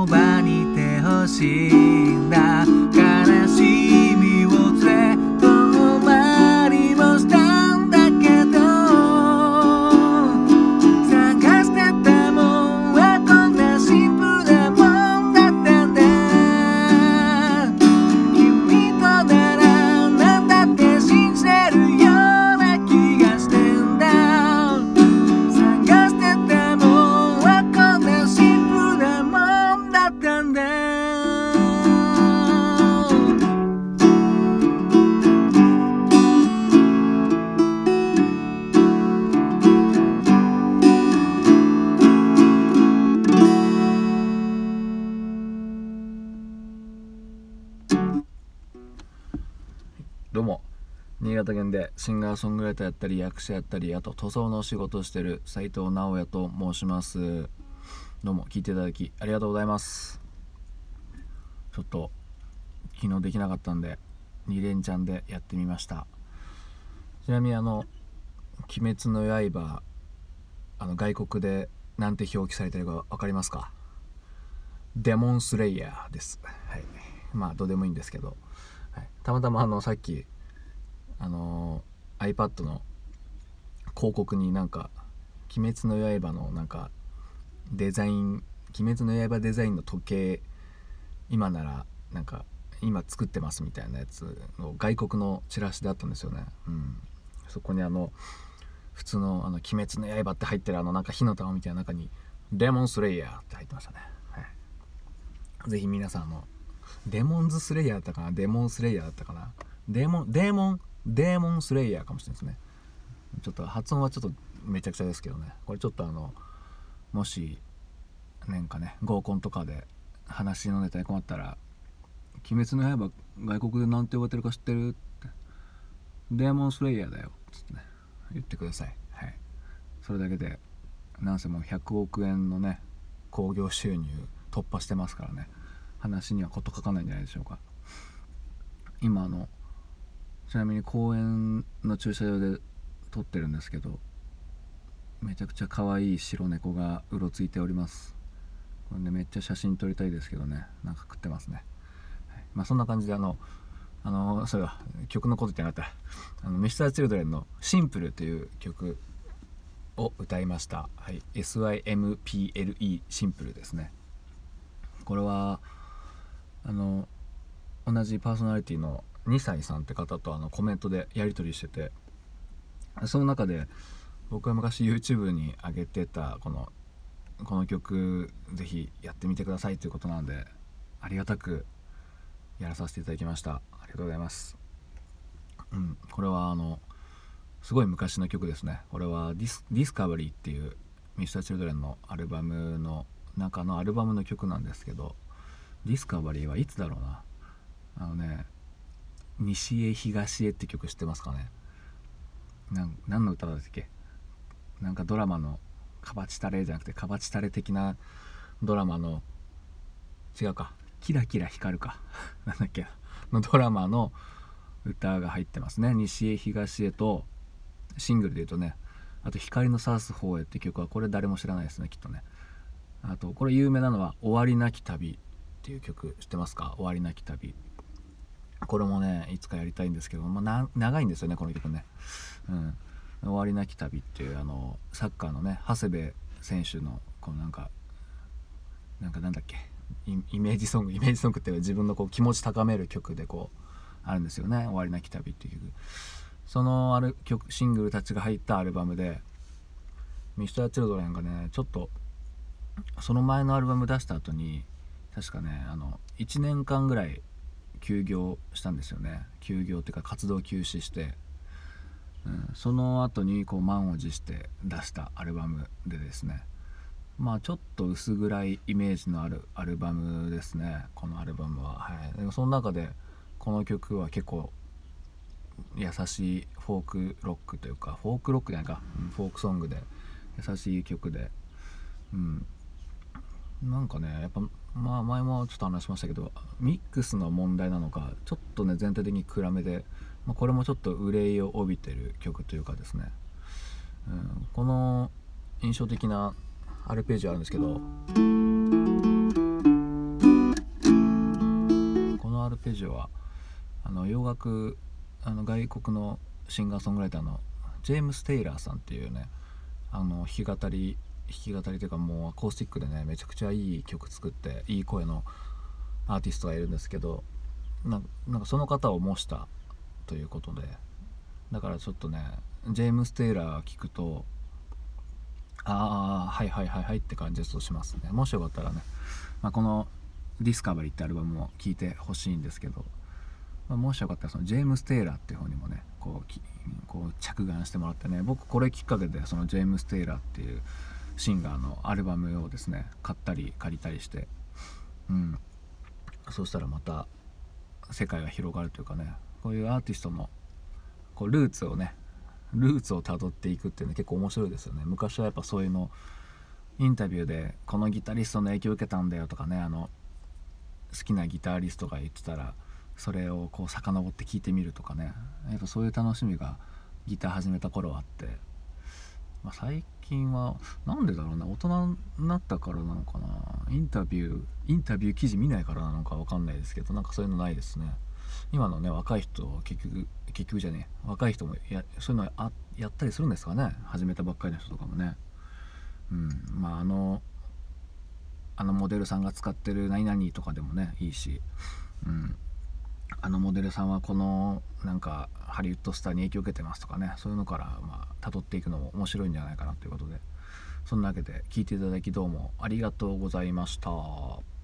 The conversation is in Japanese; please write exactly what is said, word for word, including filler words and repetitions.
ばにいてほしいんだ。悲しみを連れ遠回りもしたんだけど、探してたもんはこんなシンプルなもんだったんだ。君とならなんだって信じれるような気がしてんだ。探してたもんはこんなシンプルなもんだったんだ。どうも、新潟県でシンガーソングライターやったり役者やったり、あと塗装の仕事をしている斉藤直也と申します。どうも聞いていただきありがとうございます。ちょっと昨日できなかったんでに連チャンでやってみました。ちなみにあの鬼滅の刃、あの外国でなんて表記されてるか分かりますか？デモンスレイヤーです。はい、まあどうでもいいんですけど、はい、たまたまあのさっきあのー、iPad の広告になんか鬼滅の刃のなんかデザイン、鬼滅の刃デザインの時計今ならなんか今作ってますみたいなやつの外国のチラシであったんですよね。うん、そこにあの普通のあの鬼滅の刃って入ってるあのなんか火の玉みたいな中にデモンスレイヤーって入ってましたね。はい、ぜひ皆さんのデモンズスレイヤーだったかな、デモンスレイヤーだったかな、デモンデーモンデーモンスレイヤーかもしれないですね。ちょっと発音はちょっとめちゃくちゃですけどね。これちょっとあのもしなんかね合コンとかで話のネタに困ったら、鬼滅の刃外国でなんて呼ばれてるか知ってるって、デーモンスレイヤーだよつってね言ってください。はい、それだけでなんせもうひゃくおくえんのね興行収入突破してますからね、話には事欠かないんじゃないでしょうか。今あのちなみに公園の駐車場で撮ってるんですけど、めちゃくちゃ可愛い白猫がうろついております。これでめっちゃ写真撮りたいですけどね、なんか食ってますね。はい、まあそんな感じであのあのそうだ、曲のこと言ってなかった。あの ミスター Children のシンプルという曲を歌いました。はい、エスワイエムピーエルイー シンプルですね。これはあの同じパーソナリティのにさいさんって方とあのコメントでやり取りしてて、その中で僕が昔 YouTube に上げてたこのこの曲ぜひやってみてくださいということなので、ありがたくやらさせていただきました。ありがとうございます。うん、これはあのすごい昔の曲ですね。これはディス、ディスカバリーっていう ミスター Children のアルバムの中のアルバムの曲なんですけど、ディスカバリーはいつだろうな、あのね西へ東へって曲知ってますかね。なん何の歌だったっけ。なんかドラマのカバチタレじゃなくてカバチタレ的なドラマの、違うか、キラキラ光るかなんだっけのドラマの歌が入ってますね。西へ東へとシングルで言うとね、あと光の差す方へって曲はこれ誰も知らないですねきっとね。あとこれ有名なのは終わりなき旅っていう曲知ってますか。終わりなき旅、これもねいつかやりたいんですけど、まあ、な長いんですよねこの曲ね。うん、終わりなき旅っていうあのサッカーのね長谷部選手のこうなんかなんかなんだっけイ, イメージソングイメージソングっていう自分のこう気持ち高める曲でこうあるんですよね。終わりなき旅っていう曲、そのある曲シングルたちが入ったアルバムで、ミスター Children がねちょっとその前のアルバム出した後に確かねあのいちねんかんぐらい休業したんですよね。休業っていうか活動休止して、うん、その後にこう満を持して出したアルバムでですね、まあちょっと薄暗いイメージのあるアルバムですねこのアルバムは。はい、でもその中でこの曲は結構優しいフォークロックというか、フォークロックじゃないか、うん、フォークソングで優しい曲で、うん、なんかねやっぱまあ前もちょっと話しましたけどミックスの問題なのかちょっとね全体的に暗めで、まあ、これもちょっと憂いを帯びてる曲というかですね、うん、この印象的なアルペジオあるんですけど、 ジオはあの洋楽、あの外国のシンガーソングライターのジェームス・テイラーさんっていうね、あの弾き語り弾き語りというかもうアコースティックでねめちゃくちゃいい曲作っていい声のアーティストがいるんですけど、ななんかその方を模したということで、だからちょっとねジェームス・テイラー聞くとああはいはいはいはいって感じとしますね。もしよかったらね、まあ、このディスカバリーってアルバムも聴いてほしいんですけど、まあ、もしよかったらそのジェームス・テイラーっていう方にもねこうきこう着眼してもらってね、僕これきっかけでそのジェームス・テイラーっていうシンガーのアルバムをですね買ったり借りたりして、うんそうしたらまた世界が広がるというかね、こういうアーティストのこうルーツをねルーツをたどっていくっていうのは結構面白いですよね。昔はやっぱそういうのインタビューでこのギタリストの影響を受けたんだよとかね、あの好きなギタリストが言ってたらそれをこう遡って聞いてみるとかね、やっぱそういう楽しみがギター始めた頃はあって、まあ、最近はなんでだろうな、大人になったからなのかな、インタビューインタビュー記事見ないからなのか分かんないですけど、なんかそういうのないですね。今のね若い人は結局結局じゃねえ若い人もやそういうのあやったりするんですかね、始めたばっかりの人とかもね。うんまああのあのモデルさんが使ってる何々とかでもねいいし、うん、あのモデルさんはこのなんかハリウッドスターに影響を受けてますとかね、そういうのからまあ辿っていくのも面白いんじゃないかなということで、そんなわけで聞いていただきどうもありがとうございました。